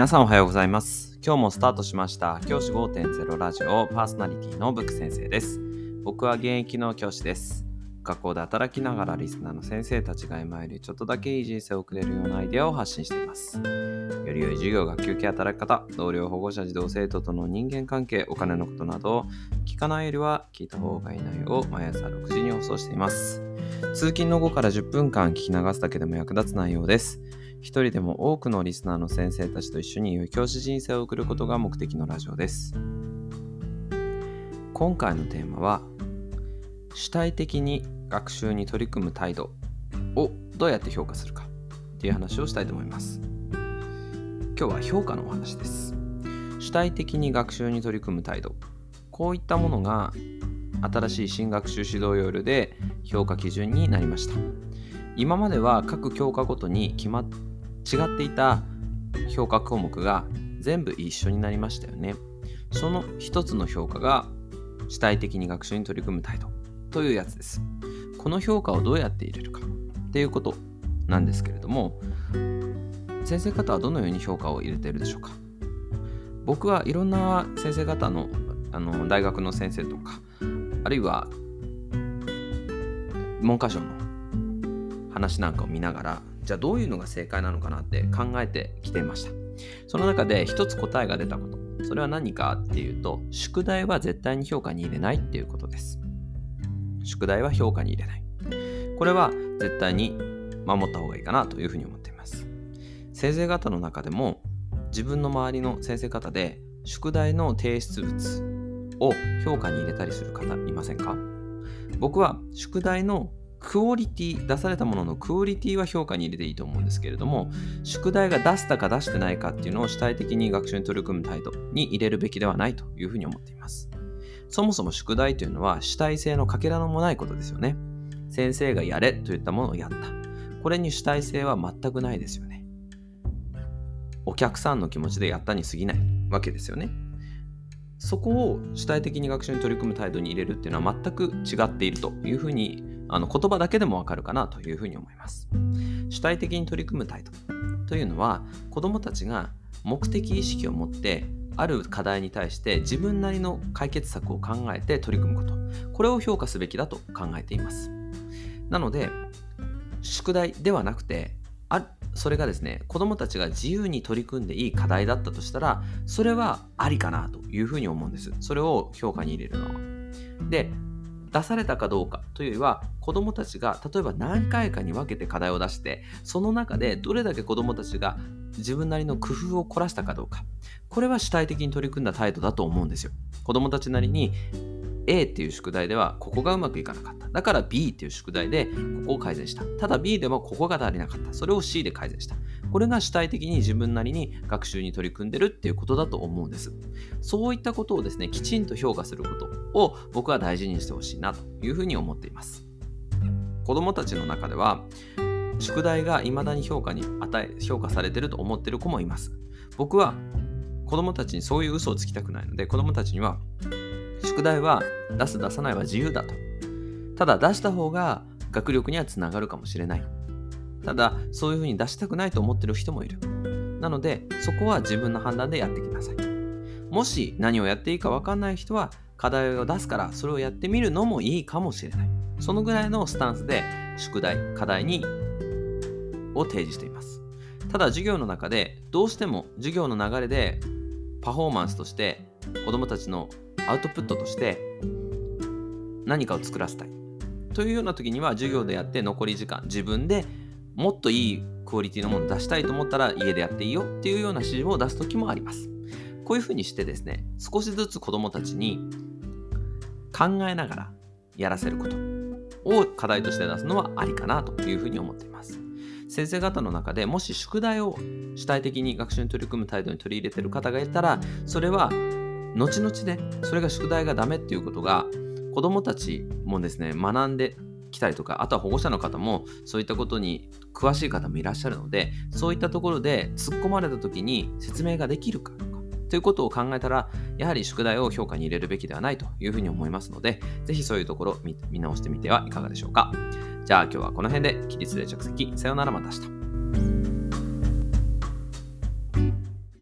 皆さんおはようございます。今日もスタートしました教師 5.0 ラジオパーソナリティのブック先生です。僕は現役の教師です。学校で働きながらリスナーの先生たちが今よりちょっとだけいい人生を送れるようなアイデアを発信しています。より良い授業、学級系、働き方、同僚、保護者、児童生徒との人間関係、お金のことなど聞かないよりは聞いた方がいい内容を毎朝6時に放送しています。通勤の後から10分間聞き流すだけでも役立つ内容です。一人でも多くのリスナーの先生たちと一緒に良い教師人生を送ることが目的のラジオです。今回のテーマは、主体的に学習に取り組む態度をどうやって評価するかっていう話をしたいと思います。今日は評価のお話です。主体的に学習に取り組む態度、こういったものが新しい新学習指導要領で評価基準になりました。今までは各教科ごとに違っていた評価項目が全部一緒になりましたよね。その一つの評価が主体的に学習に取り組む態度というやつです。この評価をどうやって入れるかっていうことなんですけれども、先生方はどのように評価を入れているでしょうか。僕はいろんな先生方の、大学の先生とか、あるいは文科省の話なんかを見ながら、じゃあどういうのが正解なのかなって考えてきていました。その中で一つ答えが出たこと、それは何かっていうと、宿題は絶対に評価に入れないっていうことです。宿題は評価に入れない。これは絶対に守った方がいいかなというふうに思っています。先生方の中でも自分の周りの先生方で宿題の提出物を評価に入れたりする方いませんか？僕は宿題のクオリティ、出されたもののクオリティは評価に入れていいと思うんですけれども、宿題が出したか出してないかっていうのを主体的に学習に取り組む態度に入れるべきではないというふうに思っています。そもそも宿題というのは主体性のかけらもないことですよね。先生がやれといったものをやった。これに主体性は全くないですよね。お客さんの気持ちでやったに過ぎないわけですよね。そこを主体的に学習に取り組む態度に入れるっていうのは全く違っているというふうに言葉だけでもわかるかなというふうに思います。主体的に取り組む態度というのは、子どもたちが目的意識を持ってある課題に対して自分なりの解決策を考えて取り組むこと、これを評価すべきだと考えています。なので宿題ではなくて、それがですね、子どもたちが自由に取り組んでいい課題だったとしたら、それはありかなというふうに思うんです。それを評価に入れるのは。で、出されたかどうかというよりは、子どもたちが例えば何回かに分けて課題を出して、その中でどれだけ子どもたちが自分なりの工夫を凝らしたかどうか、これは主体的に取り組んだ態度だと思うんですよ。子どもたちなりに A っていう宿題ではここがうまくいかなかった。だから B っていう宿題でここを改善した。ただ B でもここが足りなかった。それを C で改善した。これが主体的に自分なりに学習に取り組んでるっていうことだと思うんです。そういったことをですね、きちんと評価することを僕は大事にしてほしいなというふうに思っています。子どもたちの中では宿題が未だに評価されてると思ってる子もいます。僕は子どもたちにそういう嘘をつきたくないので、子どもたちには宿題は出す出さないは自由だと。ただ出した方が学力にはつながるかもしれない。ただそういうふうに出したくないと思ってる人もいる。なのでそこは自分の判断でやってきなさい。もし何をやっていいか分かんない人は課題を出すからそれをやってみるのもいいかもしれない。そのぐらいのスタンスで宿題、課題を提示しています。ただ授業の中でどうしても授業の流れでパフォーマンスとして子どもたちのアウトプットとして何かを作らせたいというような時には、授業でやって残り時間、自分でもっといいクオリティのものを出したいと思ったら家でやっていいよっていうような指示を出す時もあります。こういうふうにしてですね、少しずつ子どもたちに考えながらやらせることを課題として出すのはありかなというふうに思っています。先生方の中でもし宿題を主体的に学習に取り組む態度に取り入れている方がいたら、それは後々ね、それが宿題がダメっていうことが子どもたちもですね、学んできたりとか、あとは保護者の方もそういったことに詳しい方もいらっしゃるので、そういったところで突っ込まれた時に説明ができるかということを考えたら、やはり宿題を評価に入れるべきではないというふうに思いますので、ぜひそういうところを見直してみてはいかがでしょうか。じゃあ今日はこの辺で起立で着席。さようなら、また明日。